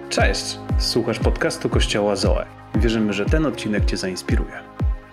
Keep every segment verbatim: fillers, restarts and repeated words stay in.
Cześć! Słuchasz podcastu Kościoła Zoe. Wierzymy, że ten odcinek Cię zainspiruje.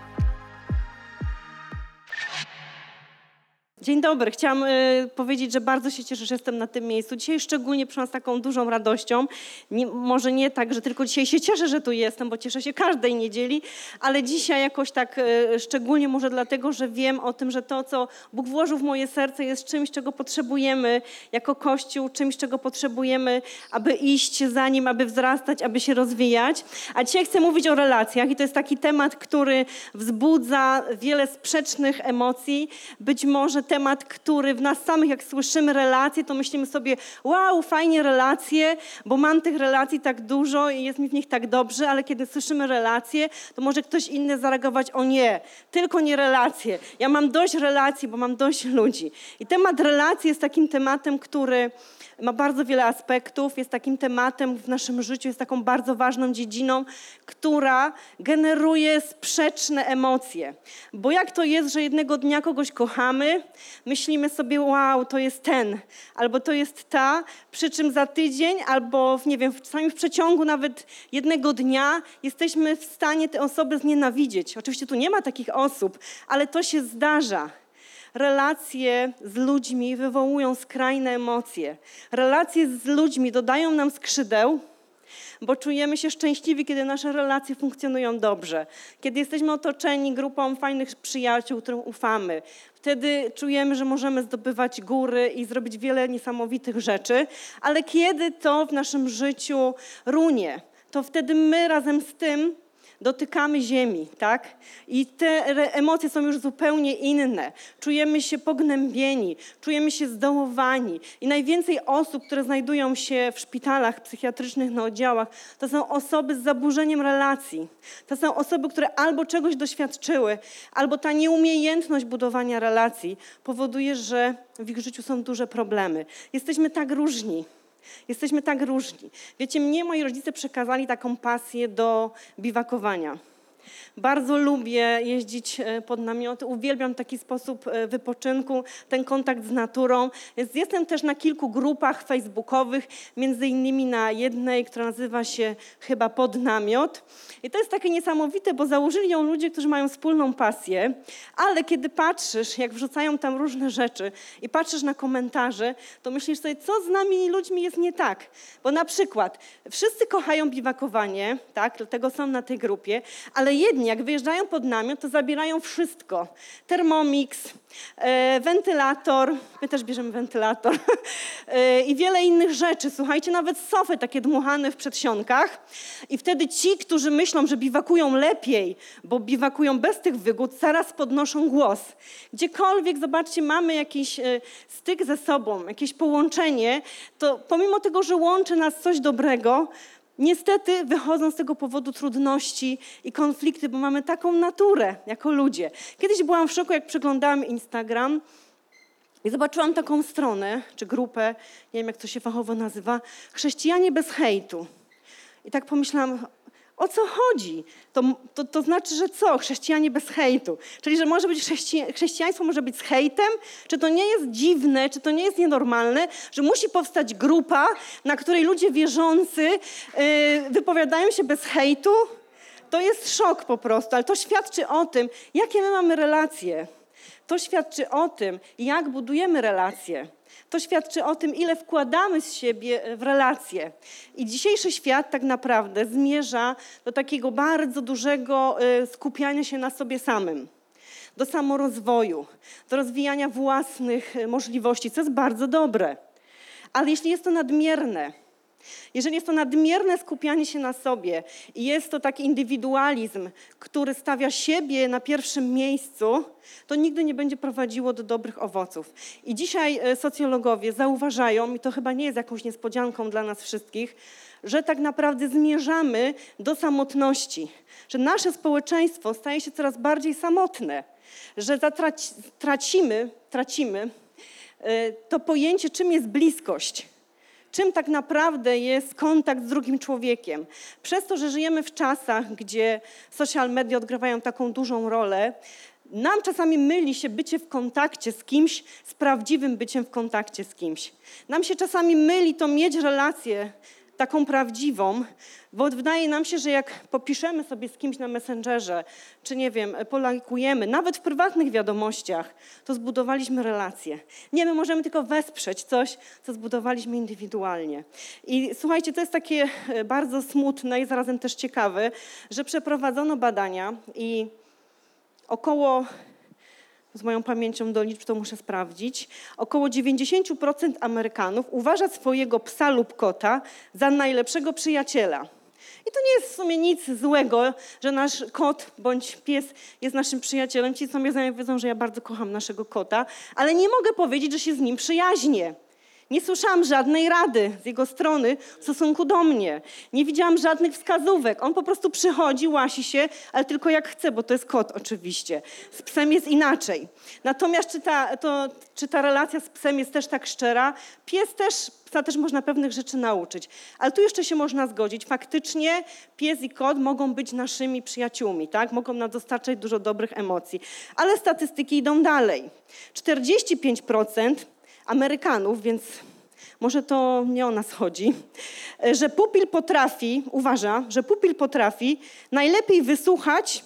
Dzień dobry. Chciałam y, powiedzieć, że bardzo się cieszę, że jestem na tym miejscu. Dzisiaj szczególnie przyszłam z taką dużą radością. Nie, może nie tak, że tylko dzisiaj się cieszę, że tu jestem, bo cieszę się każdej niedzieli, ale dzisiaj jakoś tak y, szczególnie może dlatego, że wiem o tym, że to, co Bóg włożył w moje serce, jest czymś, czego potrzebujemy jako Kościół, czymś, czego potrzebujemy, aby iść za Nim, aby wzrastać, aby się rozwijać. A dzisiaj chcę mówić o relacjach i to jest taki temat, który wzbudza wiele sprzecznych emocji. Być może temat, który w nas samych, jak słyszymy relacje, to myślimy sobie, wow, fajnie relacje, bo mam tych relacji tak dużo i jest mi w nich tak dobrze, ale kiedy słyszymy relacje, to może ktoś inny zareagować, o nie, tylko nie relacje. Ja mam dość relacji, bo mam dość ludzi. I temat relacji jest takim tematem, który ma bardzo wiele aspektów, jest takim tematem w naszym życiu, jest taką bardzo ważną dziedziną, która generuje sprzeczne emocje. Bo jak to jest, że jednego dnia kogoś kochamy, myślimy sobie, wow, to jest ten, albo to jest ta, przy czym za tydzień, albo nie wiem, czasami w przeciągu nawet jednego dnia jesteśmy w stanie te osoby znienawidzieć. Oczywiście tu nie ma takich osób, ale to się zdarza. Relacje z ludźmi wywołują skrajne emocje. Relacje z ludźmi dodają nam skrzydeł, bo czujemy się szczęśliwi, kiedy nasze relacje funkcjonują dobrze. Kiedy jesteśmy otoczeni grupą fajnych przyjaciół, którym ufamy. Wtedy czujemy, że możemy zdobywać góry i zrobić wiele niesamowitych rzeczy. Ale kiedy to w naszym życiu runie, to wtedy my razem z tym dotykamy ziemi, tak? I te emocje są już zupełnie inne. Czujemy się pognębieni, czujemy się zdołowani. I najwięcej osób, które znajdują się w szpitalach psychiatrycznych na oddziałach, to są osoby z zaburzeniem relacji. To są osoby, które albo czegoś doświadczyły, albo ta nieumiejętność budowania relacji powoduje, że w ich życiu są duże problemy. Jesteśmy tak różni. Jesteśmy tak różni. Wiecie, mnie moi rodzice przekazali taką pasję do biwakowania. Bardzo lubię jeździć pod namioty, uwielbiam taki sposób wypoczynku, ten kontakt z naturą. Jestem też na kilku grupach facebookowych, między innymi na jednej, która nazywa się chyba Pod Namiot. I to jest takie niesamowite, bo założyli ją ludzie, którzy mają wspólną pasję, ale kiedy patrzysz, jak wrzucają tam różne rzeczy i patrzysz na komentarze, to myślisz sobie, co z nami ludźmi jest nie tak. Bo na przykład wszyscy kochają biwakowanie, tak, dlatego są na tej grupie, ale jedni, jak wyjeżdżają pod namiot, to zabierają wszystko. Thermomix, e, wentylator, my też bierzemy wentylator e, i wiele innych rzeczy. Słuchajcie, nawet sofy takie dmuchane w przedsionkach. I wtedy ci, którzy myślą, że biwakują lepiej, bo biwakują bez tych wygód, zaraz podnoszą głos. Gdziekolwiek, zobaczcie, mamy jakiś e, styk ze sobą, jakieś połączenie, to pomimo tego, że łączy nas coś dobrego, niestety wychodzą z tego powodu trudności i konflikty, bo mamy taką naturę jako ludzie. Kiedyś byłam w szoku, jak przeglądałam Instagram i zobaczyłam taką stronę, czy grupę, nie wiem jak to się fachowo nazywa, Chrześcijanie bez hejtu. I tak pomyślałam, o co chodzi? To, to, to znaczy, że co? Chrześcijanie bez hejtu. Czyli, że może być chrześci- chrześcijaństwo może być z hejtem? Czy to nie jest dziwne, czy to nie jest nienormalne, że musi powstać grupa, na której ludzie wierzący yy, wypowiadają się bez hejtu? To jest szok po prostu, ale to świadczy o tym, jakie my mamy relacje. To świadczy o tym, jak budujemy relacje. To świadczy o tym, ile wkładamy z siebie w relacje. I dzisiejszy świat tak naprawdę zmierza do takiego bardzo dużego skupiania się na sobie samym, do samorozwoju, do rozwijania własnych możliwości, co jest bardzo dobre. Ale jeśli jest to nadmierne, jeżeli jest to nadmierne skupianie się na sobie i jest to taki indywidualizm, który stawia siebie na pierwszym miejscu, to nigdy nie będzie prowadziło do dobrych owoców. I dzisiaj socjologowie zauważają, i to chyba nie jest jakąś niespodzianką dla nas wszystkich, że tak naprawdę zmierzamy do samotności, że nasze społeczeństwo staje się coraz bardziej samotne, że zatraci, tracimy, tracimy to pojęcie, czym jest bliskość. Czym tak naprawdę jest kontakt z drugim człowiekiem. Przez to, że żyjemy w czasach, gdzie social media odgrywają taką dużą rolę, nam czasami myli się bycie w kontakcie z kimś z prawdziwym byciem w kontakcie z kimś. Nam się czasami myli to mieć relacje taką prawdziwą, bo wydaje nam się, że jak popiszemy sobie z kimś na Messengerze, czy nie wiem, polajkujemy, nawet w prywatnych wiadomościach, to zbudowaliśmy relację. Nie, my możemy tylko wesprzeć coś, co zbudowaliśmy indywidualnie. I słuchajcie, to jest takie bardzo smutne i zarazem też ciekawe, że przeprowadzono badania i około, z moją pamięcią do liczb to muszę sprawdzić, około dziewięćdziesiąt procent Amerykanów uważa swojego psa lub kota za najlepszego przyjaciela. I to nie jest w sumie nic złego, że nasz kot bądź pies jest naszym przyjacielem. Ci, co mnie znają, wiedzą, że ja bardzo kocham naszego kota, ale nie mogę powiedzieć, że się z nim przyjaźnię. Nie słyszałam żadnej rady z jego strony w stosunku do mnie. Nie widziałam żadnych wskazówek. On po prostu przychodzi, łasi się, ale tylko jak chce, bo to jest kot oczywiście. Z psem jest inaczej. Natomiast czy ta, to, czy ta relacja z psem jest też tak szczera? Pies też, psa też można pewnych rzeczy nauczyć. Ale tu jeszcze się można zgodzić. Faktycznie pies i kot mogą być naszymi przyjaciółmi, tak? Mogą nam dostarczać dużo dobrych emocji. Ale statystyki idą dalej. czterdzieści pięć procent Amerykanów, więc może to nie o nas chodzi, że pupil potrafi, uważa, że pupil potrafi najlepiej wysłuchać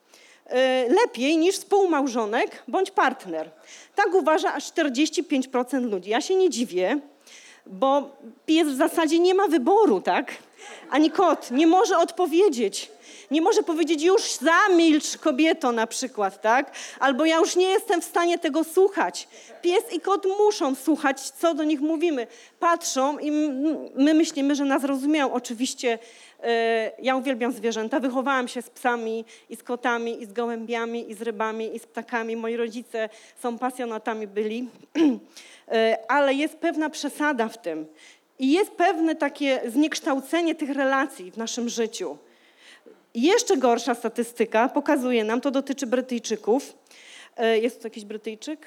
lepiej niż współmałżonek bądź partner. Tak uważa aż czterdzieści pięć procent ludzi. Ja się nie dziwię, bo pies w zasadzie nie ma wyboru, tak? Ani kot nie może odpowiedzieć. Nie może powiedzieć, już zamilcz, kobieto, na przykład, tak? Albo ja już nie jestem w stanie tego słuchać. Pies i kot muszą słuchać, co do nich mówimy. Patrzą i my myślimy, że nas rozumieją. Oczywiście e, ja uwielbiam zwierzęta. Wychowałam się z psami i z kotami, i z gołębiami, i z rybami, i z ptakami. Moi rodzice są pasjonatami byli. e, ale jest pewna przesada w tym. I jest pewne takie zniekształcenie tych relacji w naszym życiu. Jeszcze gorsza statystyka pokazuje nam, to dotyczy Brytyjczyków. Jest tu jakiś Brytyjczyk?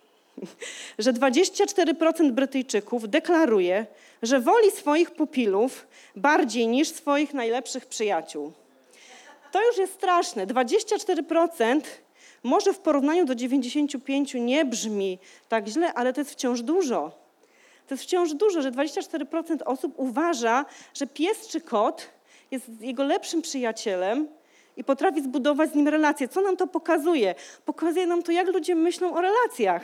Że dwadzieścia cztery procent Brytyjczyków deklaruje, że woli swoich pupilów bardziej niż swoich najlepszych przyjaciół. To już jest straszne. dwadzieścia cztery procent może w porównaniu do dziewięćdziesiąt pięć procent nie brzmi tak źle, ale to jest wciąż dużo. To jest wciąż dużo, że dwadzieścia cztery procent osób uważa, że pies czy kot jest jego lepszym przyjacielem i potrafi zbudować z nim relacje. Co nam to pokazuje? Pokazuje nam to, jak ludzie myślą o relacjach.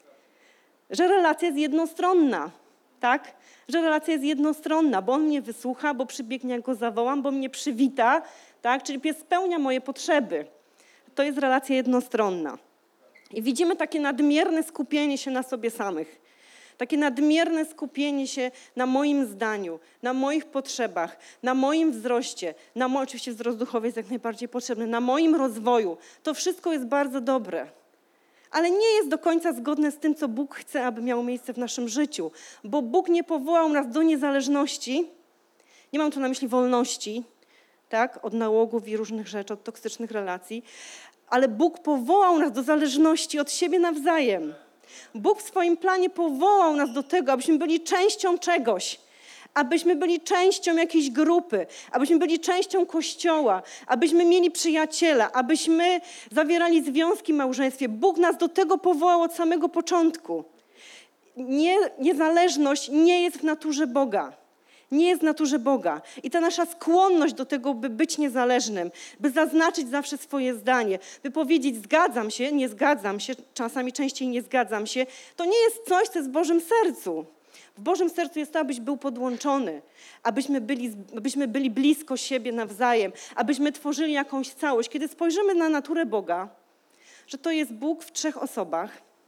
Że relacja jest jednostronna, tak? Że relacja jest jednostronna, bo on mnie wysłucha, bo przybiegnie, jak go zawołam, bo mnie przywita, tak? Czyli pies spełnia moje potrzeby. To jest relacja jednostronna. I widzimy takie nadmierne skupienie się na sobie samych. Takie nadmierne skupienie się na moim zdaniu, na moich potrzebach, na moim wzroście, na mo- oczywiście wzrost duchowy jest jak najbardziej potrzebny, na moim rozwoju. To wszystko jest bardzo dobre, ale nie jest do końca zgodne z tym, co Bóg chce, aby miało miejsce w naszym życiu, bo Bóg nie powołał nas do niezależności, nie mam tu na myśli wolności, tak, od nałogów i różnych rzeczy, od toksycznych relacji, ale Bóg powołał nas do zależności od siebie nawzajem. Bóg w swoim planie powołał nas do tego, abyśmy byli częścią czegoś, abyśmy byli częścią jakiejś grupy, abyśmy byli częścią Kościoła, abyśmy mieli przyjaciela, abyśmy zawierali związki w małżeństwie. Bóg nas do tego powołał od samego początku. Nie, niezależność nie jest w naturze Boga. Nie jest w naturze Boga. I ta nasza skłonność do tego, by być niezależnym, by zaznaczyć zawsze swoje zdanie, by powiedzieć zgadzam się, nie zgadzam się, czasami częściej nie zgadzam się, to nie jest coś, co jest w Bożym sercu. W Bożym sercu jest to, abyś był podłączony, abyśmy byli, abyśmy byli blisko siebie nawzajem, abyśmy tworzyli jakąś całość. Kiedy spojrzymy na naturę Boga, że to jest Bóg w trzech osobach,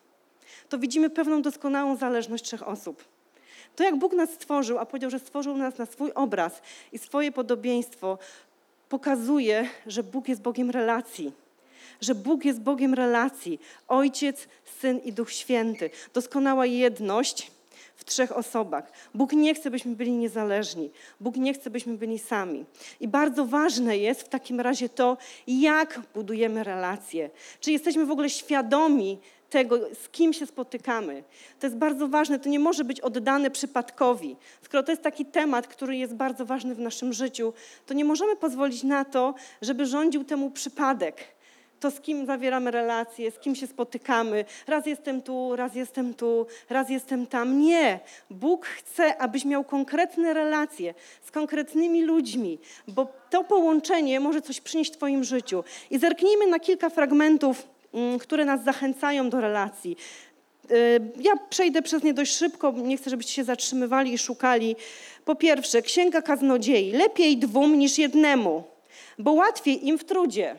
to widzimy pewną doskonałą zależność trzech osób. To jak Bóg nas stworzył, a powiedział, że stworzył nas na swój obraz i swoje podobieństwo, pokazuje, że Bóg jest Bogiem relacji. Że Bóg jest Bogiem relacji. Ojciec, Syn i Duch Święty. Doskonała jedność w trzech osobach. Bóg nie chce, byśmy byli niezależni. Bóg nie chce, byśmy byli sami. I bardzo ważne jest w takim razie to, jak budujemy relacje. Czy jesteśmy w ogóle świadomi tego, z kim się spotykamy. To jest bardzo ważne, to nie może być oddane przypadkowi. Skoro to jest taki temat, który jest bardzo ważny w naszym życiu, to nie możemy pozwolić na to, żeby rządził temu przypadek. to z kim zawieramy relacje, z kim się spotykamy. Raz jestem tu, raz jestem tu, raz jestem tam. Nie. Bóg chce, abyś miał konkretne relacje z konkretnymi ludźmi, bo to połączenie może coś przynieść w twoim życiu. I zerknijmy na kilka fragmentów, które nas zachęcają do relacji. Ja przejdę przez nie dość szybko, nie chcę, żebyście się zatrzymywali i szukali. Po pierwsze, Księga Kaznodziei. Lepiej dwóm niż jednemu, bo łatwiej im w trudzie.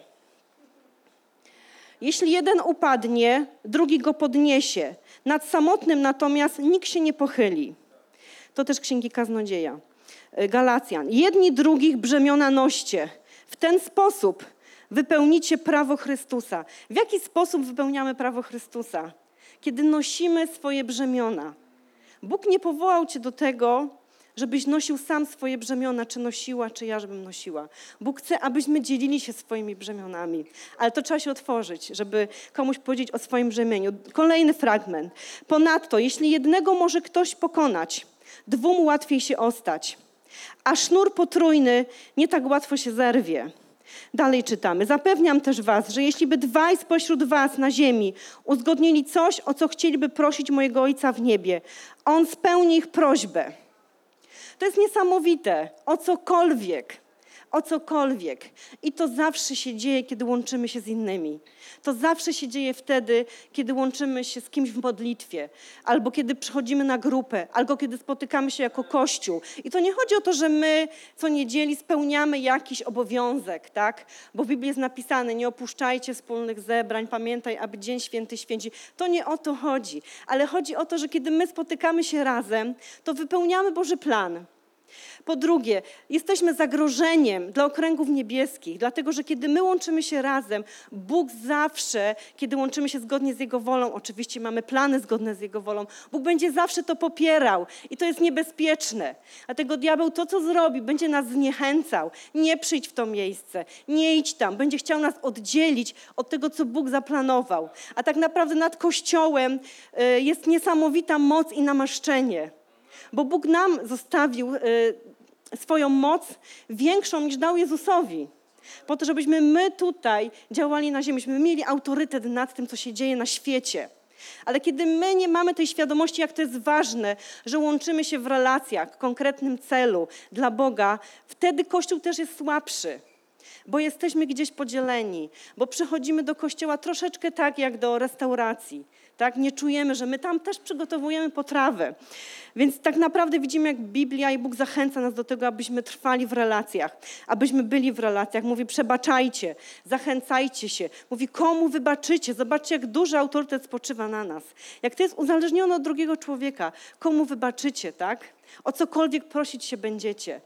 Jeśli jeden upadnie, drugi go podniesie. Nad samotnym natomiast nikt się nie pochyli. To też Księgi Kaznodzieja. Galacjan. Jedni drugich brzemiona noście. W ten sposób wypełnicie prawo Chrystusa. W jaki sposób wypełniamy prawo Chrystusa? Kiedy nosimy swoje brzemiona. Bóg nie powołał cię do tego, żebyś nosił sam swoje brzemiona, czy nosiła, czy ja, żebym nosiła. Bóg chce, abyśmy dzielili się swoimi brzemionami. Ale to trzeba się otworzyć, żeby komuś powiedzieć o swoim brzemieniu. Kolejny fragment. Ponadto, jeśli jednego może ktoś pokonać, dwóm łatwiej się ostać. A sznur potrójny nie tak łatwo się zerwie. Dalej czytamy. Zapewniam też was, że jeśli by dwaj spośród was na ziemi uzgodnili coś, o co chcieliby prosić mojego Ojca w niebie, On spełni ich prośbę. To jest niesamowite. O cokolwiek. O cokolwiek. I to zawsze się dzieje, kiedy łączymy się z innymi. To zawsze się dzieje wtedy, kiedy łączymy się z kimś w modlitwie, albo kiedy przychodzimy na grupę, albo kiedy spotykamy się jako Kościół. I to nie chodzi o to, że my co niedzieli spełniamy jakiś obowiązek, tak? Bo w Biblii jest napisane, nie opuszczajcie wspólnych zebrań, pamiętaj, aby Dzień Święty święci. To nie o to chodzi, ale chodzi o to, że kiedy my spotykamy się razem, to wypełniamy Boży plan. Po drugie, jesteśmy zagrożeniem dla okręgów niebieskich, dlatego że kiedy my łączymy się razem, Bóg zawsze, kiedy łączymy się zgodnie z Jego wolą, oczywiście mamy plany zgodne z Jego wolą, Bóg będzie zawsze to popierał i to jest niebezpieczne. Dlatego diabeł to, co zrobi, będzie nas zniechęcał. Nie przyjdź w to miejsce, nie idź tam, będzie chciał nas oddzielić od tego, co Bóg zaplanował. A tak naprawdę nad Kościołem jest niesamowita moc i namaszczenie. Bo Bóg nam zostawił y, swoją moc większą niż dał Jezusowi. Po to, żebyśmy my tutaj działali na ziemi, żebyśmy mieli autorytet nad tym, co się dzieje na świecie. Ale kiedy my nie mamy tej świadomości, jak to jest ważne, że łączymy się w relacjach, w konkretnym celu dla Boga, wtedy Kościół też jest słabszy. Bo jesteśmy gdzieś podzieleni, bo przychodzimy do kościoła troszeczkę tak jak do restauracji. Tak? Nie czujemy, że my tam też przygotowujemy potrawę. Więc tak naprawdę widzimy, jak Biblia i Bóg zachęca nas do tego, abyśmy trwali w relacjach, abyśmy byli w relacjach. Mówi, przebaczajcie, zachęcajcie się. Mówi, komu wybaczycie? Zobaczcie, jak duży autorytet spoczywa na nas. Jak to jest uzależnione od drugiego człowieka. Komu wybaczycie, tak? O cokolwiek prosić się będziecie.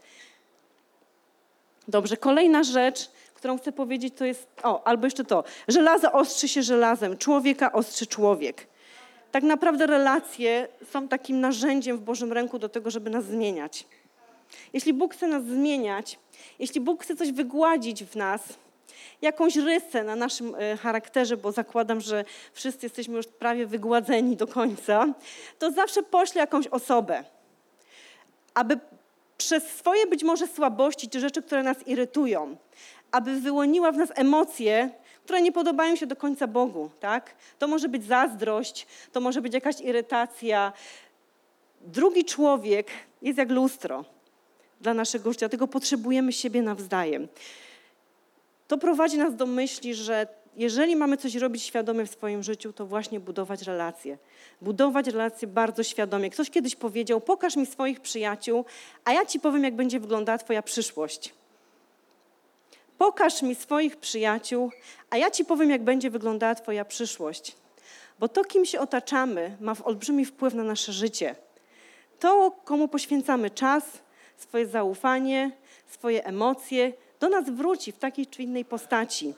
Dobrze, kolejna rzecz, którą chcę powiedzieć, to jest, o, albo jeszcze to, żelazo ostrzy się żelazem, człowieka ostrzy człowiek. Tak naprawdę relacje są takim narzędziem w Bożym ręku do tego, żeby nas zmieniać. Jeśli Bóg chce nas zmieniać, jeśli Bóg chce coś wygładzić w nas, jakąś rysę na naszym charakterze, bo zakładam, że wszyscy jesteśmy już prawie wygładzeni do końca, to zawsze pośle jakąś osobę, aby przez swoje być może słabości czy rzeczy, które nas irytują, aby wyłoniła w nas emocje, które nie podobają się do końca Bogu, tak? To może być zazdrość, to może być jakaś irytacja. Drugi człowiek jest jak lustro dla naszego życia, dlatego potrzebujemy siebie nawzajem. To prowadzi nas do myśli, że jeżeli mamy coś robić świadomie w swoim życiu, to właśnie budować relacje. Budować relacje bardzo świadomie. Ktoś kiedyś powiedział, pokaż mi swoich przyjaciół, a ja ci powiem, jak będzie wyglądała twoja przyszłość. Pokaż mi swoich przyjaciół, a ja ci powiem, jak będzie wyglądała twoja przyszłość. Bo to, kim się otaczamy, ma olbrzymi wpływ na nasze życie. To, komu poświęcamy czas, swoje zaufanie, swoje emocje, do nas wróci w takiej czy innej postaci.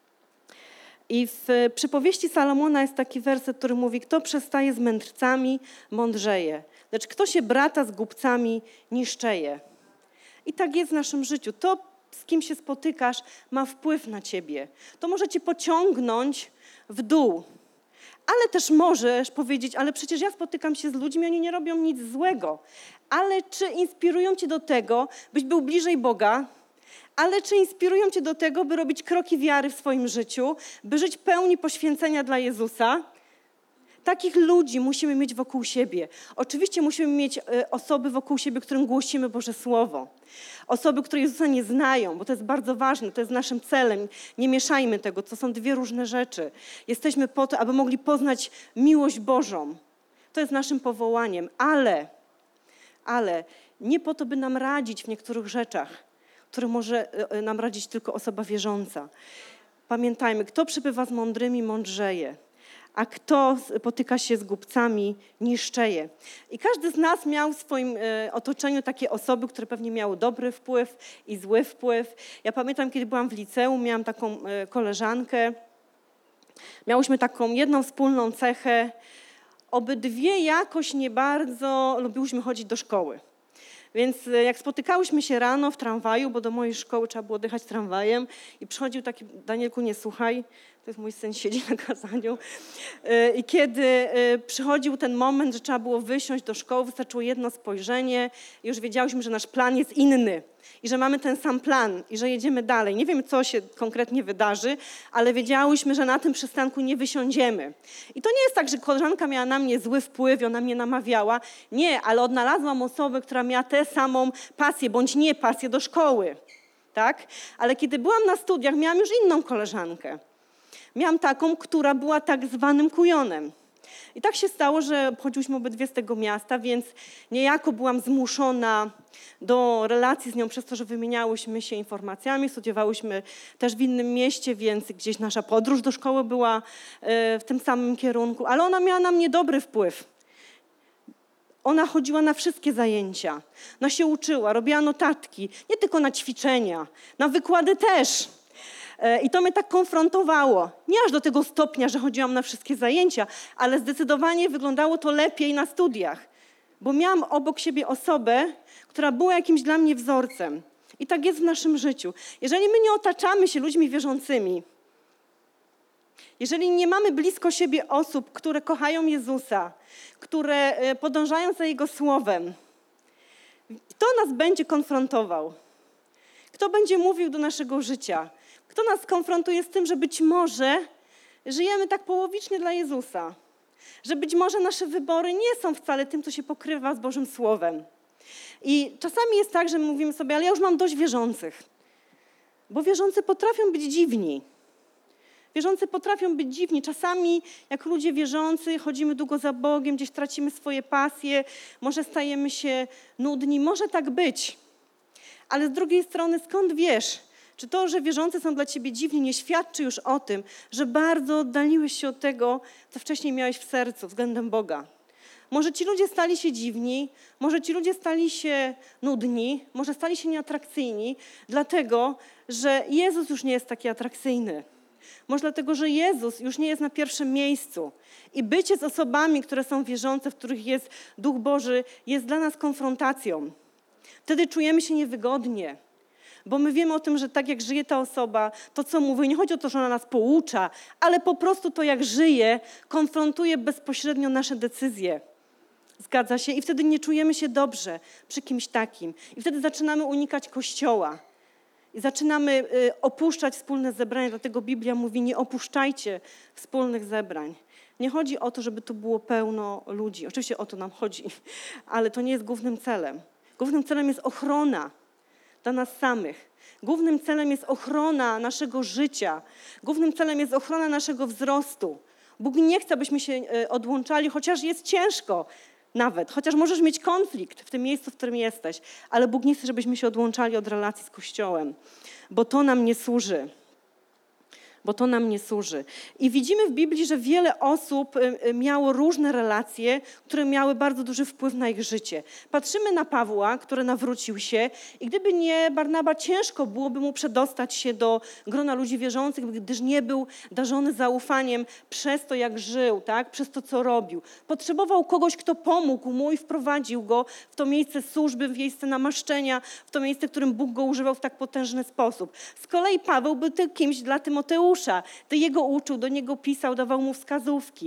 I w przypowieści Salomona jest taki werset, który mówi, kto przestaje z mędrcami, mądrzeje, lecz kto się brata z głupcami, niszczeje. I tak jest w naszym życiu. To, z kim się spotykasz, ma wpływ na ciebie. To może cię pociągnąć w dół, ale też możesz powiedzieć, ale przecież ja spotykam się z ludźmi, oni nie robią nic złego. Ale czy inspirują cię do tego, byś był bliżej Boga, ale czy inspirują cię do tego, by robić kroki wiary w swoim życiu, by żyć pełni poświęcenia dla Jezusa? Takich ludzi musimy mieć wokół siebie. Oczywiście musimy mieć y, osoby wokół siebie, którym głosimy Boże Słowo. Osoby, które Jezusa nie znają, bo to jest bardzo ważne, to jest naszym celem. Nie mieszajmy tego, to są dwie różne rzeczy. Jesteśmy po to, aby mogli poznać miłość Bożą. To jest naszym powołaniem, ale, ale nie po to, by nam radzić w niektórych rzeczach, które może y, nam radzić tylko osoba wierząca. Pamiętajmy, kto przybywa z mądrymi, mądrzeje, a kto potyka się z głupcami, niszczeje. I każdy z nas miał w swoim e, otoczeniu takie osoby, które pewnie miały dobry wpływ i zły wpływ. Ja pamiętam, kiedy byłam w liceum, miałam taką e, koleżankę. Miałyśmy taką jedną wspólną cechę. Obydwie jakoś nie bardzo lubiłyśmy chodzić do szkoły. Więc jak spotykałyśmy się rano w tramwaju, bo do mojej szkoły trzeba było jechać tramwajem i przychodził taki, Danielku, nie słuchaj, to jest mój syn, siedzi na kazaniu. I kiedy przychodził ten moment, że trzeba było wysiąść do szkoły, wystarczyło jedno spojrzenie i już wiedziałyśmy, że nasz plan jest inny i że mamy ten sam plan i że jedziemy dalej. Nie wiemy, co się konkretnie wydarzy, ale wiedziałyśmy, że na tym przystanku nie wysiądziemy. I to nie jest tak, że koleżanka miała na mnie zły wpływ i ona mnie namawiała. Nie, ale odnalazłam osobę, która miała tę samą pasję bądź nie pasję do szkoły. Tak? Ale kiedy byłam na studiach, miałam już inną koleżankę. Miałam taką, która była tak zwanym kujonem. I tak się stało, że pochodziłyśmy obydwie z tego miasta, więc niejako byłam zmuszona do relacji z nią przez to, że wymieniałyśmy się informacjami, studiowałyśmy też w innym mieście, więc gdzieś nasza podróż do szkoły była w tym samym kierunku, ale ona miała na mnie dobry wpływ. Ona chodziła na wszystkie zajęcia, ona się uczyła, robiła notatki, nie tylko na ćwiczenia, na wykłady też. I to mnie tak konfrontowało. Nie aż do tego stopnia, że chodziłam na wszystkie zajęcia, ale zdecydowanie wyglądało to lepiej na studiach, bo miałam obok siebie osobę, która była jakimś dla mnie wzorcem. I tak jest w naszym życiu. Jeżeli my nie otaczamy się ludźmi wierzącymi, jeżeli nie mamy blisko siebie osób, które kochają Jezusa, które podążają za Jego słowem, kto nas będzie konfrontował? Kto będzie mówił do naszego życia? Kto nas konfrontuje z tym, że być może żyjemy tak połowicznie dla Jezusa? Że być może nasze wybory nie są wcale tym, co się pokrywa z Bożym Słowem. I czasami jest tak, że my mówimy sobie, ale ja już mam dość wierzących. Bo wierzący potrafią być dziwni. Wierzący potrafią być dziwni. Czasami jak ludzie wierzący chodzimy długo za Bogiem, gdzieś tracimy swoje pasje, może stajemy się nudni, może tak być. Ale z drugiej strony skąd wiesz, czy to, że wierzący są dla ciebie dziwni, nie świadczy już o tym, że bardzo oddaliłeś się od tego, co wcześniej miałeś w sercu względem Boga. Może ci ludzie stali się dziwni, może ci ludzie stali się nudni, może stali się nieatrakcyjni, dlatego, że Jezus już nie jest taki atrakcyjny. Może dlatego, że Jezus już nie jest na pierwszym miejscu. I bycie z osobami, które są wierzące, w których jest Duch Boży, jest dla nas konfrontacją. Wtedy czujemy się niewygodnie. Bo my wiemy o tym, że tak jak żyje ta osoba, to co mówi, nie chodzi o to, że ona nas poucza, ale po prostu to jak żyje, konfrontuje bezpośrednio nasze decyzje. Zgadza się? I wtedy nie czujemy się dobrze przy kimś takim. I wtedy zaczynamy unikać Kościoła. I zaczynamy y, opuszczać wspólne zebrania, dlatego Biblia mówi, nie opuszczajcie wspólnych zebrań. Nie chodzi o to, żeby tu było pełno ludzi. Oczywiście o to nam chodzi, ale to nie jest głównym celem. Głównym celem jest ochrona dla nas samych. Głównym celem jest ochrona naszego życia. Głównym celem jest ochrona naszego wzrostu. Bóg nie chce, abyśmy się odłączali, chociaż jest ciężko nawet, chociaż możesz mieć konflikt w tym miejscu, w którym jesteś, ale Bóg nie chce, żebyśmy się odłączali od relacji z Kościołem, bo to nam nie służy. Bo to nam nie służy. I widzimy w Biblii, że wiele osób miało różne relacje, które miały bardzo duży wpływ na ich życie. Patrzymy na Pawła, który nawrócił się i gdyby nie Barnaba, ciężko byłoby mu przedostać się do grona ludzi wierzących, gdyż nie był darzony zaufaniem przez to, jak żył, tak? Przez to, co robił. Potrzebował kogoś, kto pomógł mu i wprowadził go w to miejsce służby, w miejsce namaszczenia, w to miejsce, w którym Bóg go używał w tak potężny sposób. Z kolei Paweł był tym kimś dla Tymoteusza, Elizeusza, to jego uczył, do niego pisał, dawał mu wskazówki.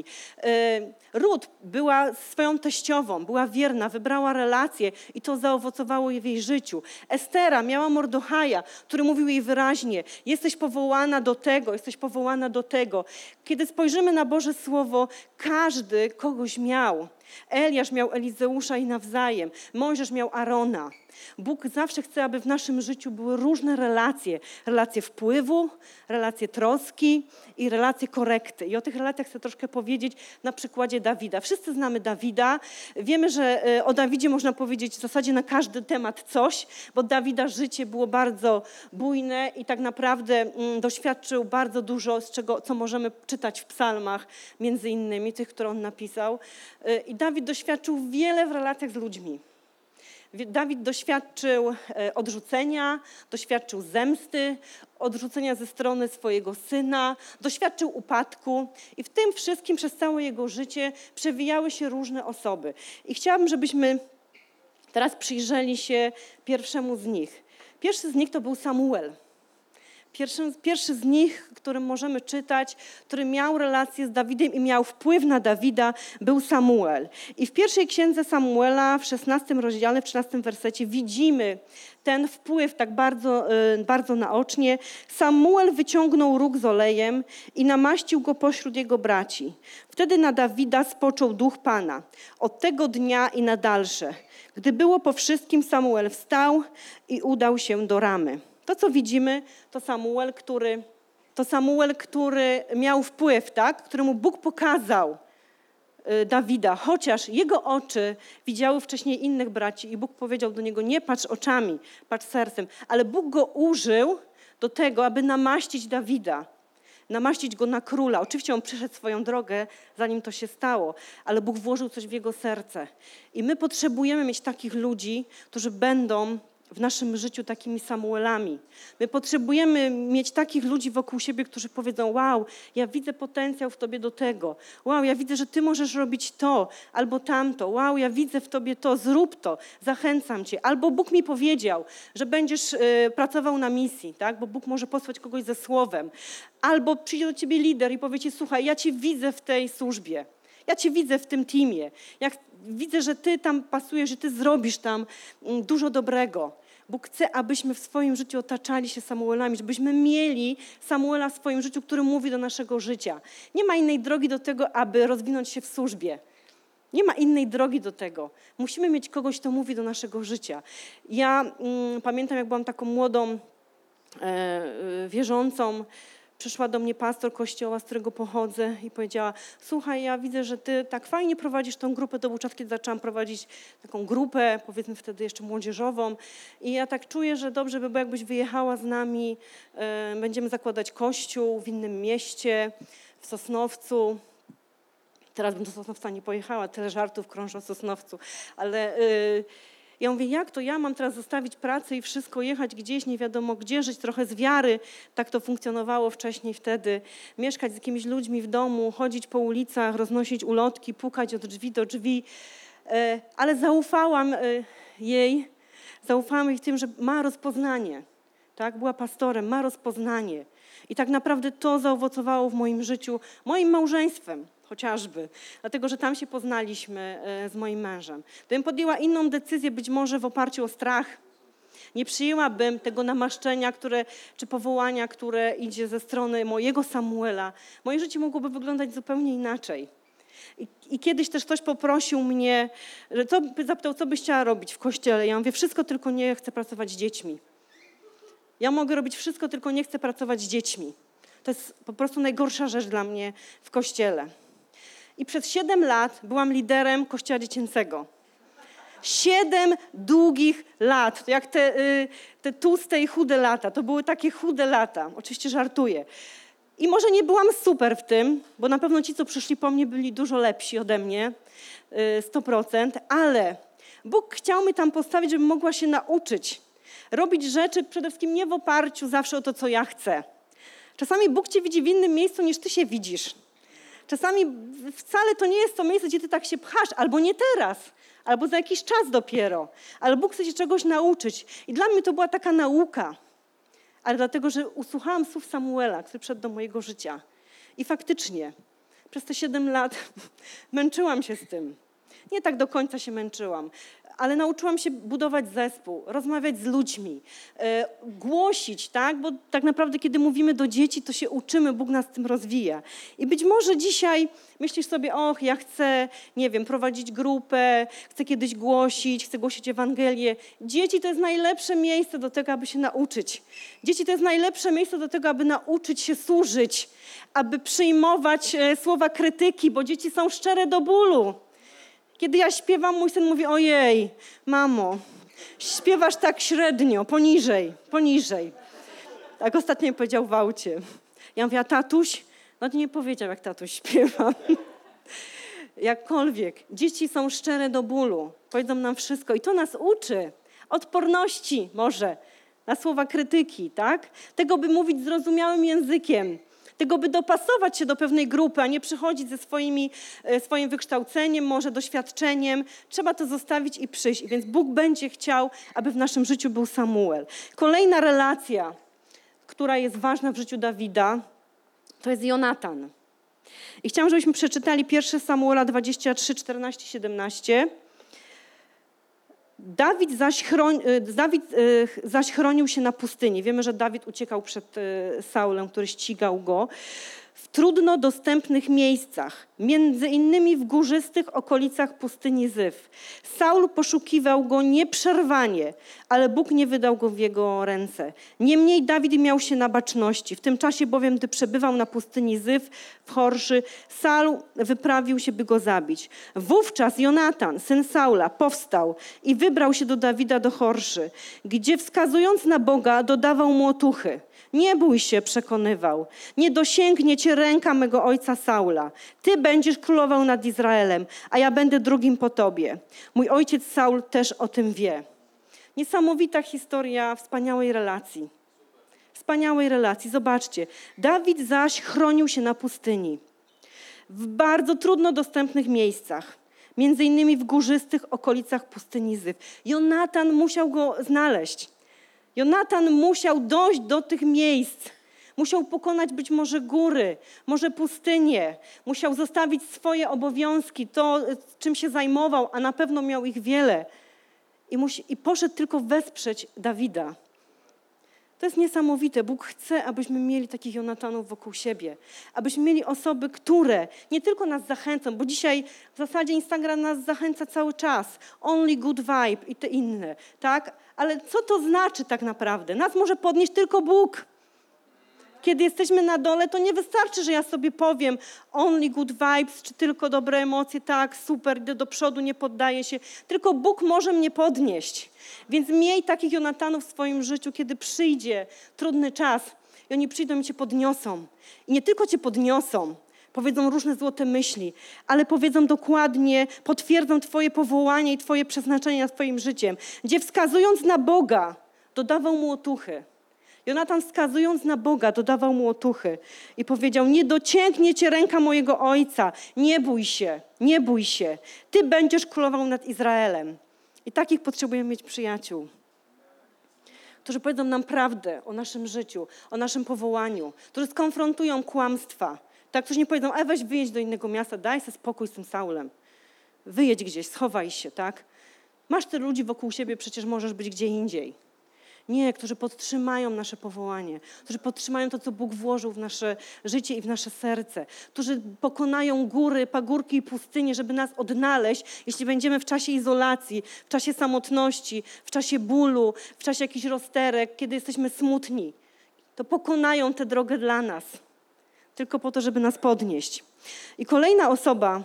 Rut była swoją teściową, była wierna, wybrała relacje i to zaowocowało w jej życiu. Estera miała Mordechaja, który mówił jej wyraźnie, jesteś powołana do tego, jesteś powołana do tego. Kiedy spojrzymy na Boże Słowo, każdy kogoś miał. Eliasz miał Elizeusza i nawzajem. Mojżesz miał Arona. Bóg zawsze chce, aby w naszym życiu były różne relacje. Relacje wpływu, relacje troski i relacje korekty. I o tych relacjach chcę troszkę powiedzieć na przykładzie Dawida. Wszyscy znamy Dawida. Wiemy, że o Dawidzie można powiedzieć w zasadzie na każdy temat coś, bo Dawida życie było bardzo bujne i tak naprawdę doświadczył bardzo dużo, z czego, co możemy czytać w psalmach, między innymi tych, które on napisał. I Dawid doświadczył wiele w relacjach z ludźmi. Dawid doświadczył odrzucenia, doświadczył zemsty, odrzucenia ze strony swojego syna, doświadczył upadku i w tym wszystkim przez całe jego życie przewijały się różne osoby. I chciałabym, żebyśmy teraz przyjrzeli się pierwszemu z nich. Pierwszy z nich to był Samuel. Pierwszy, pierwszy z nich, którym możemy czytać, który miał relację z Dawidem i miał wpływ na Dawida, był Samuel. I w pierwszej księdze Samuela, w szesnastym rozdziale, w trzynastym wersecie widzimy ten wpływ tak bardzo, bardzo naocznie. Samuel wyciągnął róg z olejem i namaścił go pośród jego braci. Wtedy na Dawida spoczął duch Pana. Od tego dnia i na dalsze. Gdy było po wszystkim, Samuel wstał i udał się do Ramy. To, co widzimy, to Samuel, który, to Samuel, który miał wpływ, tak? Któremu Bóg pokazał Dawida, chociaż jego oczy widziały wcześniej innych braci i Bóg powiedział do niego, nie patrz oczami, patrz sercem, ale Bóg go użył do tego, aby namaścić Dawida, namaścić go na króla. Oczywiście on przeszedł swoją drogę, zanim to się stało, ale Bóg włożył coś w jego serce. I my potrzebujemy mieć takich ludzi, którzy będą w naszym życiu takimi Samuelami. My potrzebujemy mieć takich ludzi wokół siebie, którzy powiedzą, wow, ja widzę potencjał w tobie do tego. Wow, ja widzę, że ty możesz robić to albo tamto. Wow, ja widzę w tobie to, zrób to, zachęcam cię. Albo Bóg mi powiedział, że będziesz y, pracował na misji, tak? Bo Bóg może posłać kogoś ze słowem. Albo przyjdzie do ciebie lider i powie ci, słuchaj, ja cię widzę w tej służbie. Ja cię widzę w tym teamie. Jak widzę, że ty tam pasujesz, że ty zrobisz tam dużo dobrego. Bóg chce, abyśmy w swoim życiu otaczali się Samuelami, żebyśmy mieli Samuela w swoim życiu, który mówi do naszego życia. Nie ma innej drogi do tego, aby rozwinąć się w służbie. Nie ma innej drogi do tego. Musimy mieć kogoś, kto mówi do naszego życia. Ja mm, pamiętam, jak byłam taką młodą e, wierzącą, przyszła do mnie pastor kościoła, z którego pochodzę i powiedziała, słuchaj, ja widzę, że ty tak fajnie prowadzisz tą grupę. To był czas, kiedy zaczęłam prowadzić taką grupę, powiedzmy wtedy jeszcze młodzieżową. I ja tak czuję, że dobrze by było, jakbyś wyjechała z nami. E, będziemy zakładać kościół w innym mieście, w Sosnowcu. Teraz bym do Sosnowca nie pojechała, tyle żartów krąży o Sosnowcu. Ale... E, Ja mówię, jak to ja mam teraz zostawić pracę i wszystko, jechać gdzieś, nie wiadomo gdzie, żyć trochę z wiary. Tak to funkcjonowało wcześniej wtedy. Mieszkać z jakimiś ludźmi w domu, chodzić po ulicach, roznosić ulotki, pukać od drzwi do drzwi. Ale zaufałam jej, zaufałam jej w tym, że ma rozpoznanie. Tak? Była pastorem, ma rozpoznanie. I tak naprawdę to zaowocowało w moim życiu, moim małżeństwem. Chociażby, dlatego, że tam się poznaliśmy z moim mężem. Gdybym podjęła inną decyzję, być może w oparciu o strach, nie przyjęłabym tego namaszczenia, które, czy powołania, które idzie ze strony mojego Samuela. Moje życie mogłoby wyglądać zupełnie inaczej. I, i kiedyś też ktoś poprosił mnie, że co, zapytał, co byś chciała robić w kościele. Ja mówię, wszystko, tylko nie chcę pracować z dziećmi. Ja mogę robić wszystko, tylko nie chcę pracować z dziećmi. To jest po prostu najgorsza rzecz dla mnie w kościele. I przez siedem lat byłam liderem kościoła dziecięcego. Siedem długich lat, to jak te, te tłuste i chude lata. To były takie chude lata. Oczywiście żartuję. I może nie byłam super w tym, bo na pewno ci, co przyszli po mnie, byli dużo lepsi ode mnie, sto procent, ale Bóg chciał mnie tam postawić, żebym mogła się nauczyć robić rzeczy przede wszystkim nie w oparciu zawsze o to, co ja chcę. Czasami Bóg cię widzi w innym miejscu, niż ty się widzisz. Czasami wcale to nie jest to miejsce, gdzie ty tak się pchasz, albo nie teraz, albo za jakiś czas dopiero. Ale Bóg chce cię czegoś nauczyć. I dla mnie to była taka nauka. ale dlatego, że usłuchałam słów Samuela, który przyszedł do mojego życia. I faktycznie przez te siedem lat męczyłam się z tym. Nie tak do końca się męczyłam, ale nauczyłam się budować zespół, rozmawiać z ludźmi, e, głosić, tak? Bo tak naprawdę kiedy mówimy do dzieci, to się uczymy, Bóg nas tym rozwija. I być może dzisiaj myślisz sobie, och, ja chcę, nie wiem, prowadzić grupę, chcę kiedyś głosić, chcę głosić Ewangelię. Dzieci to jest najlepsze miejsce do tego, aby się nauczyć. Dzieci to jest najlepsze miejsce do tego, aby nauczyć się służyć, aby przyjmować e, słowa krytyki, bo dzieci są szczere do bólu. Kiedy ja śpiewam, mój syn mówi, ojej, mamo, śpiewasz tak średnio, poniżej, poniżej. Tak ostatnio mi powiedział w aucie. Ja mówię, a tatuś? No to nie powiedział, jak tatuś śpiewa. Jakkolwiek, dzieci są szczere do bólu, powiedzą nam wszystko i to nas uczy. Odporności może na słowa krytyki, tak? Tego, by mówić zrozumiałym językiem. Tego, by dopasować się do pewnej grupy, a nie przychodzić ze swoimi, swoim wykształceniem, może doświadczeniem. Trzeba to zostawić i przyjść. Więc Bóg będzie chciał, aby w naszym życiu był Samuel. Kolejna relacja, która jest ważna w życiu Dawida, to jest Jonatan. I chciałam, żebyśmy przeczytali pierwsze Samuela dwadzieścia trzy, czternaście, siedemnaście. Dawid zaś, chroń, Dawid zaś chronił się na pustyni. Wiemy, że Dawid uciekał przed Saulem, który ścigał go. W trudno dostępnych miejscach, między innymi w górzystych okolicach pustyni Zyf. Saul poszukiwał go nieprzerwanie, ale Bóg nie wydał go w jego ręce. Niemniej Dawid miał się na baczności. W tym czasie bowiem, gdy przebywał na pustyni Zyf w Chorszy, Saul wyprawił się, by go zabić. Wówczas Jonatan, syn Saula, powstał i wybrał się do Dawida do Chorszy, gdzie wskazując na Boga dodawał mu otuchy. Nie bój się, przekonywał. Nie dosięgnie cię ręka mego ojca Saula. Ty będziesz królował nad Izraelem, a ja będę drugim po tobie. Mój ojciec Saul też o tym wie. Niesamowita historia wspaniałej relacji. Wspaniałej relacji. Zobaczcie. Dawid zaś chronił się na pustyni. W bardzo trudno dostępnych miejscach. Między innymi w górzystych okolicach pustyni Zyf. Jonatan musiał go znaleźć. Jonatan musiał dojść do tych miejsc. Musiał pokonać być może góry, może pustynię. Musiał zostawić swoje obowiązki, to czym się zajmował, a na pewno miał ich wiele. I, musi, i poszedł tylko wesprzeć Dawida. To jest niesamowite. Bóg chce, abyśmy mieli takich Jonatanów wokół siebie. Abyśmy mieli osoby, które nie tylko nas zachęcą, bo dzisiaj w zasadzie Instagram nas zachęca cały czas. Only good vibe i te inne, tak? Ale co to znaczy tak naprawdę? Nas może podnieść tylko Bóg. Kiedy jesteśmy na dole, to nie wystarczy, że ja sobie powiem only good vibes, czy tylko dobre emocje, tak, super, idę do przodu, nie poddaję się. Tylko Bóg może mnie podnieść. Więc miej takich Jonatanów w swoim życiu, kiedy przyjdzie trudny czas i oni przyjdą i cię podniosą. I nie tylko cię podniosą, powiedzą różne złote myśli, ale powiedzą dokładnie, potwierdzą twoje powołanie i twoje przeznaczenie nad twoim życiem. Gdzie wskazując na Boga, dodawał mu otuchy. Jonatan wskazując na Boga dodawał mu otuchy i powiedział, nie docięgnie cię ręka mojego ojca, nie bój się, nie bój się. Ty będziesz królował nad Izraelem. I takich potrzebujemy mieć przyjaciół, którzy powiedzą nam prawdę o naszym życiu, o naszym powołaniu, którzy skonfrontują kłamstwa. Tak, którzy nie powiedzą, a weź wyjedź do innego miasta, daj sobie spokój z tym Saulem. Wyjedź gdzieś, schowaj się, tak? Masz tylu ludzi wokół siebie, przecież możesz być gdzie indziej. Nie, którzy podtrzymają nasze powołanie, którzy podtrzymają to, co Bóg włożył w nasze życie i w nasze serce, którzy pokonają góry, pagórki i pustynie, żeby nas odnaleźć, jeśli będziemy w czasie izolacji, w czasie samotności, w czasie bólu, w czasie jakichś rozterek, kiedy jesteśmy smutni. To pokonają tę drogę dla nas, tylko po to, żeby nas podnieść. I kolejna osoba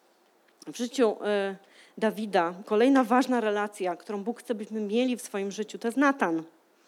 w życiu y, Dawida, kolejna ważna relacja, którą Bóg chce, byśmy mieli w swoim życiu, to jest Natan.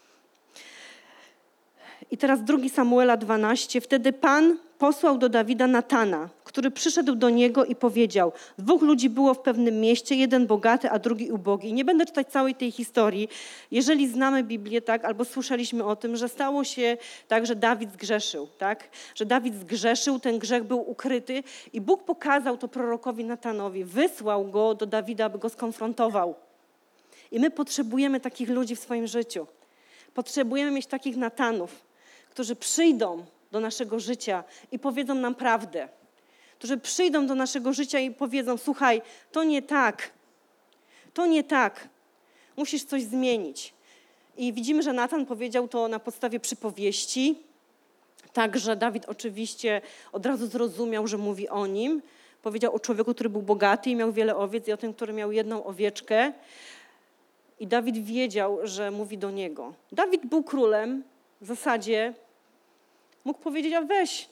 I teraz drugi Samuela dwanaście. Wtedy Pan posłał do Dawida Natana, który przyszedł do niego i powiedział, dwóch ludzi było w pewnym mieście, jeden bogaty, a drugi ubogi. I nie będę czytać całej tej historii. Jeżeli znamy Biblię, tak, albo słyszeliśmy o tym, że stało się tak, że Dawid zgrzeszył, tak, że Dawid zgrzeszył, ten grzech był ukryty i Bóg pokazał to prorokowi Natanowi, wysłał go do Dawida, aby go skonfrontował. I my potrzebujemy takich ludzi w swoim życiu. Potrzebujemy mieć takich Natanów, którzy przyjdą do naszego życia i powiedzą nam prawdę. Którzy przyjdą do naszego życia i powiedzą, słuchaj, to nie tak, to nie tak, musisz coś zmienić. I widzimy, że Natan powiedział to na podstawie przypowieści. Także Dawid oczywiście od razu zrozumiał, że mówi o nim. Powiedział o człowieku, który był bogaty i miał wiele owiec, i o tym, który miał jedną owieczkę. I Dawid wiedział, że mówi do niego. Dawid był królem, w zasadzie mógł powiedzieć, a weź.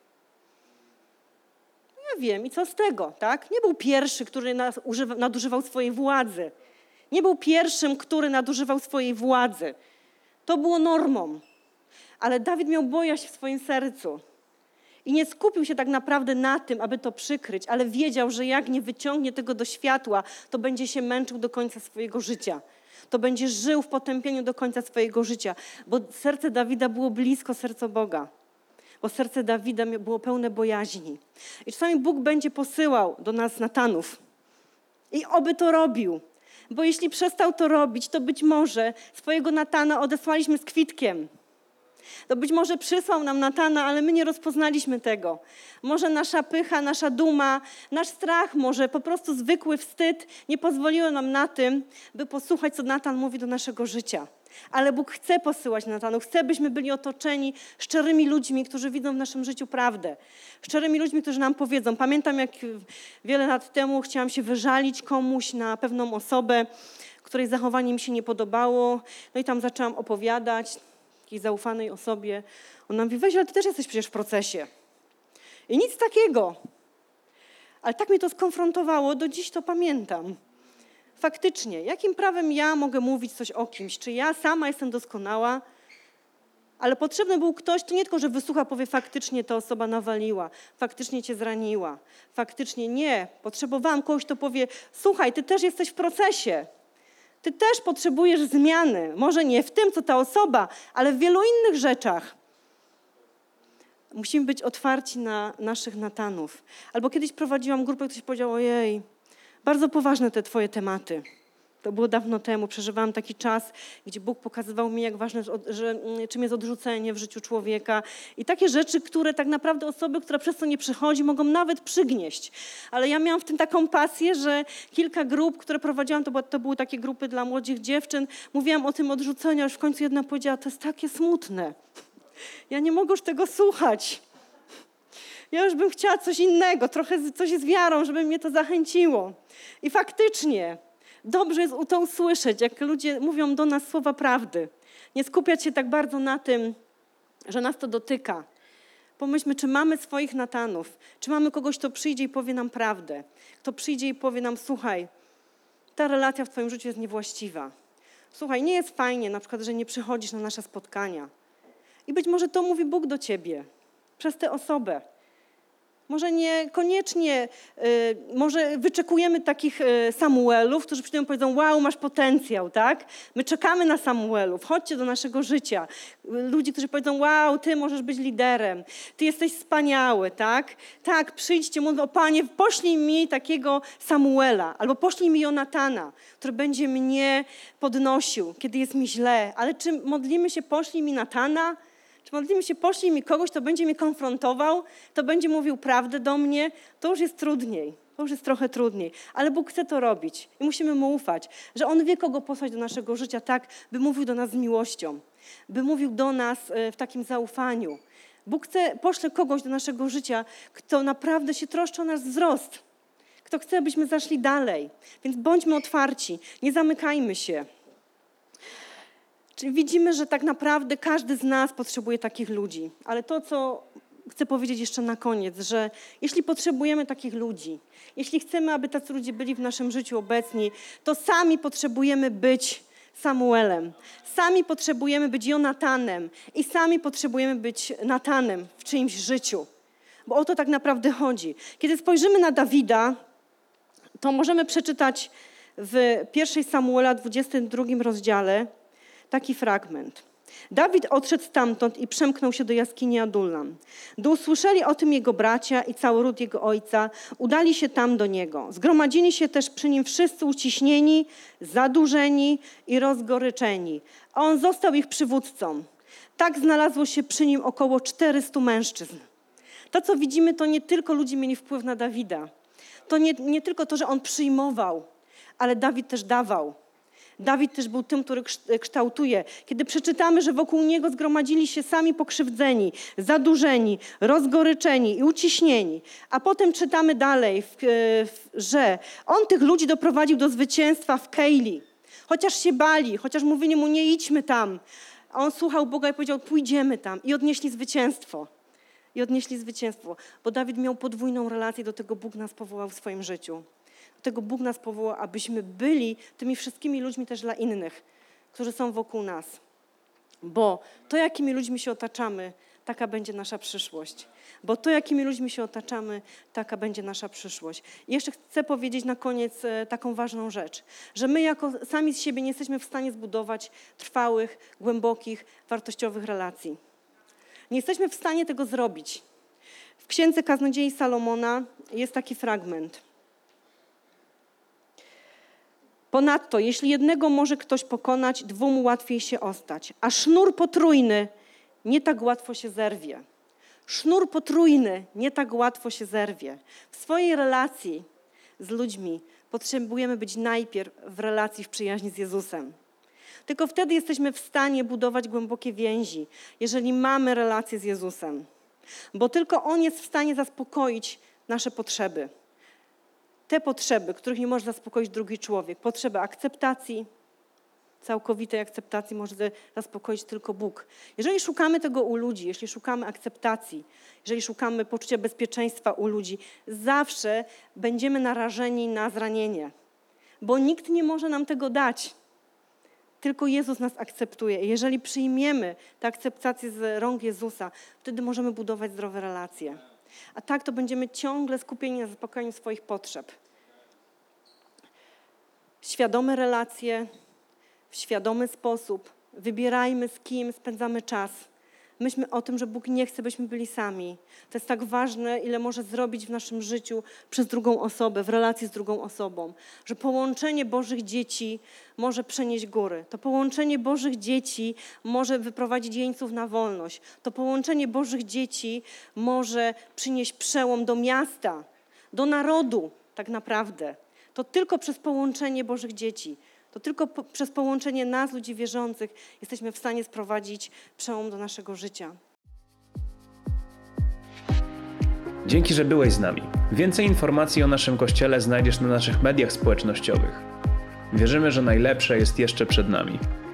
Ja wiem, i co z tego, tak? Nie był pierwszy, który nadużywał swojej władzy. Nie był pierwszym, który nadużywał swojej władzy. To było normą. Ale Dawid miał bojaźń w swoim sercu. I nie skupił się tak naprawdę na tym, aby to przykryć, ale wiedział, że jak nie wyciągnie tego do światła, to będzie się męczył do końca swojego życia. To będzie żył w potępieniu do końca swojego życia. Bo serce Dawida było blisko serca Boga. Bo serce Dawida było pełne bojaźni. I czasami Bóg będzie posyłał do nas Natanów. I oby to robił. Bo jeśli przestał to robić, to być może swojego Natana odesłaliśmy z kwitkiem. To być może przysłał nam Natana, ale my nie rozpoznaliśmy tego. Może nasza pycha, nasza duma, nasz strach, może po prostu zwykły wstyd nie pozwoliły nam na tym, by posłuchać, co Natan mówi do naszego życia. Ale Bóg chce posyłać Natanów, chce, byśmy byli otoczeni szczerymi ludźmi, którzy widzą w naszym życiu prawdę. Szczerymi ludźmi, którzy nam powiedzą. Pamiętam, jak wiele lat temu chciałam się wyżalić komuś na pewną osobę, której zachowanie mi się nie podobało. No i tam zaczęłam opowiadać takiej zaufanej osobie. Ona mówi, weź, ale ty też jesteś przecież w procesie. I nic takiego. Ale tak mnie to skonfrontowało, do dziś to pamiętam. Faktycznie, jakim prawem ja mogę mówić coś o kimś? Czy ja sama jestem doskonała? Ale potrzebny był ktoś, to nie tylko, że wysłucha, powie, faktycznie ta osoba nawaliła, faktycznie cię zraniła, faktycznie nie. Potrzebowałam kogoś, kto powie, słuchaj, ty też jesteś w procesie. Ty też potrzebujesz zmiany. Może nie w tym, co ta osoba, ale w wielu innych rzeczach. Musimy być otwarci na naszych Natanów. Albo kiedyś prowadziłam grupę, ktoś powiedział, ojej, bardzo poważne te twoje tematy. To było dawno temu. Przeżywałam taki czas, gdzie Bóg pokazywał mi, jak ważne, że, czym jest odrzucenie w życiu człowieka. I takie rzeczy, które tak naprawdę osoby, która przez to nie przychodzi, mogą nawet przygnieść. Ale ja miałam w tym taką pasję, że kilka grup, które prowadziłam, to, były, to były takie grupy dla młodych dziewczyn, mówiłam o tym odrzuceniu, aż w końcu jedna powiedziała, to jest takie smutne. Ja nie mogę już tego słuchać. Ja już bym chciała coś innego, trochę coś z wiarą, żeby mnie to zachęciło. I faktycznie dobrze jest to usłyszeć, jak ludzie mówią do nas słowa prawdy. Nie skupiać się tak bardzo na tym, że nas to dotyka. Pomyślmy, czy mamy swoich Natanów, czy mamy kogoś, kto przyjdzie i powie nam prawdę. Kto przyjdzie i powie nam, słuchaj, ta relacja w twoim życiu jest niewłaściwa. Słuchaj, nie jest fajnie na przykład, że nie przychodzisz na nasze spotkania. I być może to mówi Bóg do ciebie, przez tę osobę. Może niekoniecznie, y, może wyczekujemy takich y, Samuelów, którzy przyjdą i powiedzą, wow, masz potencjał, tak? My czekamy na Samuelów, chodźcie do naszego życia. Ludzi, którzy powiedzą, wow, ty możesz być liderem, ty jesteś wspaniały, tak? Tak, przyjdźcie, mówią, o Panie, poślij mi takiego Samuela, albo poślij mi Jonatana, który będzie mnie podnosił, kiedy jest mi źle. Ale czy modlimy się, poślij mi Natana? Czy modlimy się, poślij mi kogoś, kto będzie mnie konfrontował, kto będzie mówił prawdę do mnie, to już jest trudniej, to już jest trochę trudniej. Ale Bóg chce to robić i musimy Mu ufać, że On wie, kogo posłać do naszego życia tak, by mówił do nas z miłością, by mówił do nas w takim zaufaniu. Bóg chce, pośle kogoś do naszego życia, kto naprawdę się troszczy o nasz wzrost, kto chce, abyśmy zaszli dalej. Więc bądźmy otwarci, nie zamykajmy się. Czyli widzimy, że tak naprawdę każdy z nas potrzebuje takich ludzi. Ale to, co chcę powiedzieć jeszcze na koniec, że jeśli potrzebujemy takich ludzi, jeśli chcemy, aby tacy ludzie byli w naszym życiu obecni, to sami potrzebujemy być Samuelem. Sami potrzebujemy być Jonatanem i sami potrzebujemy być Natanem w czyimś życiu. Bo o to tak naprawdę chodzi. Kiedy spojrzymy na Dawida, to możemy przeczytać w pierwszej Samuela, dwudziestym drugim rozdziale, taki fragment. Dawid odszedł stamtąd i przemknął się do jaskini Adullam. Gdy usłyszeli o tym jego bracia i cały ród jego ojca, udali się tam do niego. Zgromadzili się też przy nim wszyscy uciśnieni, zadłużeni i rozgoryczeni, a on został ich przywódcą. Tak znalazło się przy nim około czterystu mężczyzn. To, co widzimy, to nie tylko ludzie mieli wpływ na Dawida. To nie, nie tylko to, że on przyjmował, ale Dawid też dawał. Dawid też był tym, który kształtuje. Kiedy przeczytamy, że wokół niego zgromadzili się sami pokrzywdzeni, zadłużeni, rozgoryczeni i uciśnieni, a potem czytamy dalej, że on tych ludzi doprowadził do zwycięstwa w Keili. Chociaż się bali, chociaż mówili mu, nie idźmy tam, a on słuchał Boga i powiedział, pójdziemy tam i odnieśli zwycięstwo. I odnieśli zwycięstwo, bo Dawid miał podwójną relację, do tego Bóg nas powołał w swoim życiu. Do tego Bóg nas powołał, abyśmy byli tymi wszystkimi ludźmi też dla innych, którzy są wokół nas. Bo to, jakimi ludźmi się otaczamy, taka będzie nasza przyszłość. Bo to, jakimi ludźmi się otaczamy, taka będzie nasza przyszłość. I jeszcze chcę powiedzieć na koniec taką ważną rzecz, że my jako sami z siebie nie jesteśmy w stanie zbudować trwałych, głębokich, wartościowych relacji. Nie jesteśmy w stanie tego zrobić. W Księdze Kaznodziei Salomona jest taki fragment. Ponadto, jeśli jednego może ktoś pokonać, dwóm łatwiej się ostać, a sznur potrójny nie tak łatwo się zerwie. Sznur potrójny nie tak łatwo się zerwie. W swojej relacji z ludźmi potrzebujemy być najpierw w relacji, w przyjaźni z Jezusem. Tylko wtedy jesteśmy w stanie budować głębokie więzi, jeżeli mamy relację z Jezusem. Bo tylko On jest w stanie zaspokoić nasze potrzeby. Te potrzeby, których nie może zaspokoić drugi człowiek. Potrzeby akceptacji, całkowitej akceptacji może zaspokoić tylko Bóg. Jeżeli szukamy tego u ludzi, jeśli szukamy akceptacji, jeżeli szukamy poczucia bezpieczeństwa u ludzi, zawsze będziemy narażeni na zranienie. Bo nikt nie może nam tego dać. Tylko Jezus nas akceptuje. I jeżeli przyjmiemy tę akceptację z rąk Jezusa, wtedy możemy budować zdrowe relacje. A tak to będziemy ciągle skupieni na zaspokojeniu swoich potrzeb. Świadome relacje, w świadomy sposób. Wybierajmy, z kim spędzamy czas. Myślmy o tym, że Bóg nie chce, byśmy byli sami. To jest tak ważne, ile może zrobić w naszym życiu przez drugą osobę, w relacji z drugą osobą. Że połączenie Bożych dzieci może przenieść góry. To połączenie Bożych dzieci może wyprowadzić jeńców na wolność. To połączenie Bożych dzieci może przynieść przełom do miasta, do narodu tak naprawdę. To tylko przez połączenie Bożych dzieci. To tylko po, przez połączenie nas, ludzi wierzących, jesteśmy w stanie sprowadzić przełom do naszego życia. Dzięki, że byłeś z nami. Więcej informacji o naszym Kościele znajdziesz na naszych mediach społecznościowych. Wierzymy, że najlepsze jest jeszcze przed nami.